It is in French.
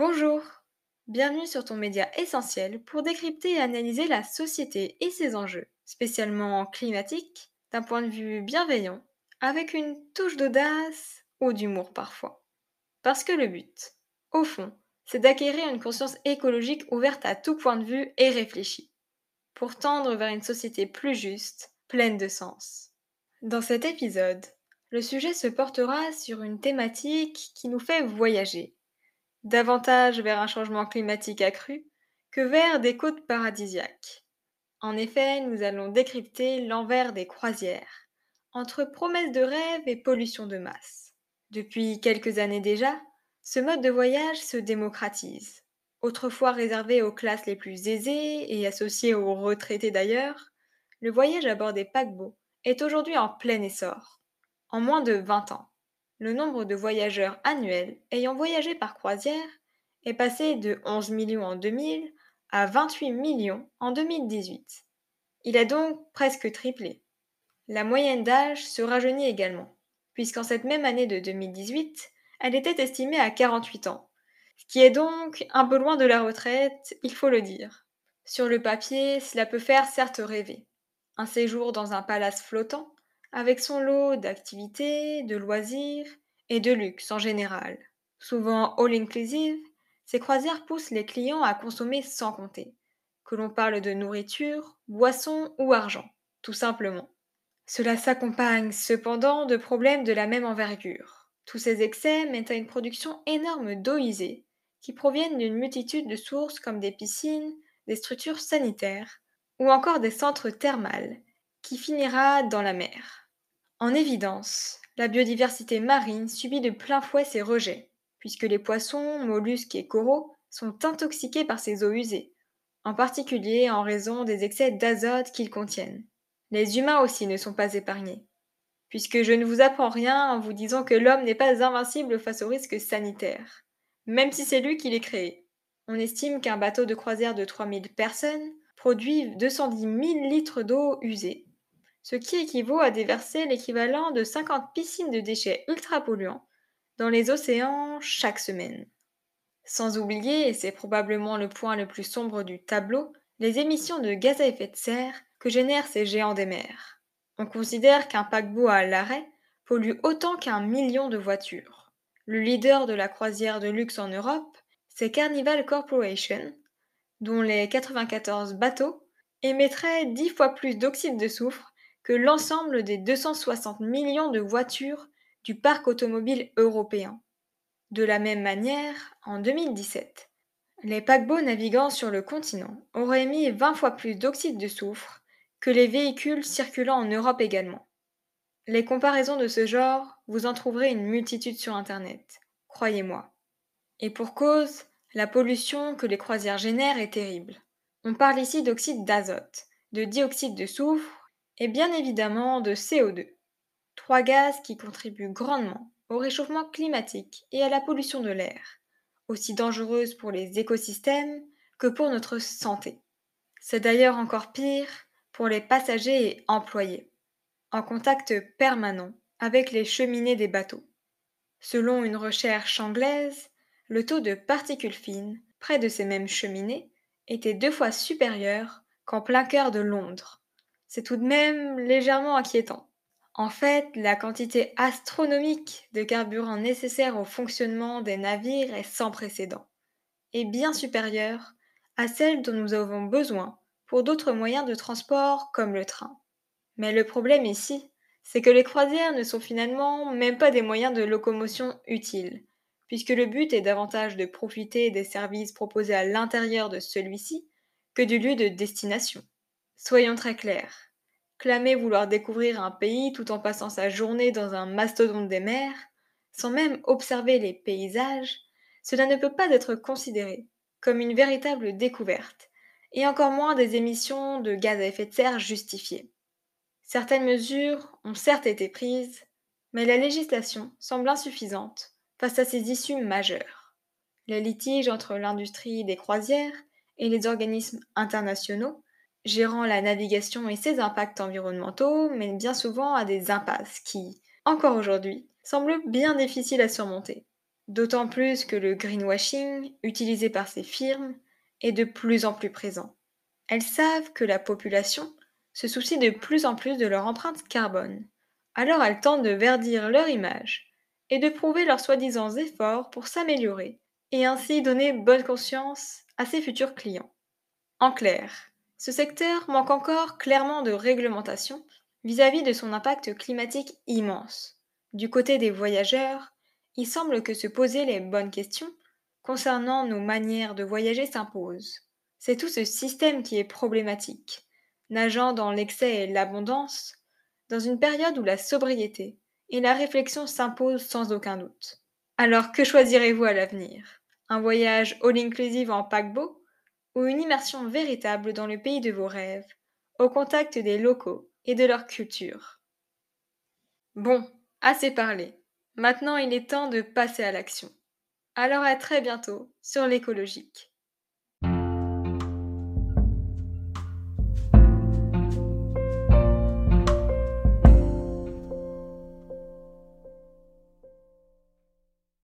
Bonjour, bienvenue sur ton média essentiel pour décrypter et analyser la société et ses enjeux, spécialement climatiques, d'un point de vue bienveillant, avec une touche d'audace ou d'humour parfois. Parce que le but, au fond, c'est d'acquérir une conscience écologique ouverte à tout point de vue et réfléchie, pour tendre vers une société plus juste, pleine de sens. Dans cet épisode, le sujet se portera sur une thématique qui nous fait voyager davantage vers un changement climatique accru que vers des côtes paradisiaques. En effet, nous allons décrypter l'envers des croisières, entre promesses de rêve et pollution de masse. Depuis quelques années déjà, ce mode de voyage se démocratise. Autrefois réservé aux classes les plus aisées et associé aux retraités d'ailleurs, le voyage à bord des paquebots est aujourd'hui en plein essor. En moins de 20 ans, le nombre de voyageurs annuels ayant voyagé par croisière est passé de 11 millions en 2000 à 28 millions en 2018. Il a donc presque triplé. La moyenne d'âge se rajeunit également, puisqu'en cette même année de 2018, elle était estimée à 48 ans, ce qui est donc un peu loin de la retraite, il faut le dire. Sur le papier, cela peut faire certes rêver. Un séjour dans un palace flottant, avec son lot d'activités, de loisirs et de luxe en général. Souvent all-inclusive, ces croisières poussent les clients à consommer sans compter, que l'on parle de nourriture, boissons ou argent, tout simplement. Cela s'accompagne cependant de problèmes de la même envergure. Tous ces excès mènent à une production énorme d'eau usée, qui proviennent d'une multitude de sources comme des piscines, des structures sanitaires, ou encore des centres thermales, qui finira dans la mer. En évidence, la biodiversité marine subit de plein fouet ces rejets, puisque les poissons, mollusques et coraux sont intoxiqués par ces eaux usées, en particulier en raison des excès d'azote qu'ils contiennent. Les humains aussi ne sont pas épargnés, puisque je ne vous apprends rien en vous disant que l'homme n'est pas invincible face aux risques sanitaires, même si c'est lui qui les créé. On estime qu'un bateau de croisière de 3000 personnes produit 210 000 litres d'eau usée, ce qui équivaut à déverser l'équivalent de 50 piscines de déchets ultra-polluants dans les océans chaque semaine. Sans oublier, et c'est probablement le point le plus sombre du tableau, les émissions de gaz à effet de serre que génèrent ces géants des mers. On considère qu'un paquebot à l'arrêt pollue autant qu'un million de voitures. Le leader de la croisière de luxe en Europe, c'est Carnival Corporation, dont les 94 bateaux émettraient 10 fois plus d'oxyde de soufre que l'ensemble des 260 millions de voitures du parc automobile européen. De la même manière, en 2017, les paquebots naviguant sur le continent auraient émis 20 fois plus d'oxyde de soufre que les véhicules circulant en Europe également. Les comparaisons de ce genre, vous en trouverez une multitude sur Internet, croyez-moi. Et pour cause, la pollution que les croisières génèrent est terrible. On parle ici d'oxyde d'azote, de dioxyde de soufre et bien évidemment de CO2. Trois gaz qui contribuent grandement au réchauffement climatique et à la pollution de l'air, aussi dangereuse pour les écosystèmes que pour notre santé. C'est d'ailleurs encore pire pour les passagers et employés, en contact permanent avec les cheminées des bateaux. Selon une recherche anglaise, le taux de particules fines près de ces mêmes cheminées était 2 fois supérieur qu'en plein cœur de Londres. C'est tout de même légèrement inquiétant. En fait, la quantité astronomique de carburant nécessaire au fonctionnement des navires est sans précédent, et bien supérieure à celle dont nous avons besoin pour d'autres moyens de transport comme le train. Mais le problème ici, c'est que les croisières ne sont finalement même pas des moyens de locomotion utiles, puisque le but est davantage de profiter des services proposés à l'intérieur de celui-ci que du lieu de destination. Soyons très clairs. Clamer vouloir découvrir un pays tout en passant sa journée dans un mastodonte des mers, sans même observer les paysages, cela ne peut pas être considéré comme une véritable découverte, et encore moins des émissions de gaz à effet de serre justifiées. Certaines mesures ont certes été prises, mais la législation semble insuffisante face à ces issues majeures. Les litiges entre l'industrie des croisières et les organismes internationaux gérant la navigation et ses impacts environnementaux mènent bien souvent à des impasses qui, encore aujourd'hui, semblent bien difficiles à surmonter. D'autant plus que le greenwashing, utilisé par ces firmes, est de plus en plus présent. Elles savent que la population se soucie de plus en plus de leur empreinte carbone. Alors elles tentent de verdir leur image et de prouver leurs soi-disant efforts pour s'améliorer et ainsi donner bonne conscience à ses futurs clients. En clair, ce secteur manque encore clairement de réglementation vis-à-vis de son impact climatique immense. Du côté des voyageurs, il semble que se poser les bonnes questions concernant nos manières de voyager s'impose. C'est tout ce système qui est problématique, nageant dans l'excès et l'abondance, dans une période où la sobriété et la réflexion s'imposent sans aucun doute. Alors que choisirez-vous à l'avenir? Un voyage all-inclusive en paquebot ou une immersion véritable dans le pays de vos rêves, au contact des locaux et de leur culture? Bon, assez parlé. Maintenant il est temps de passer à l'action. Alors à très bientôt sur l'écologique.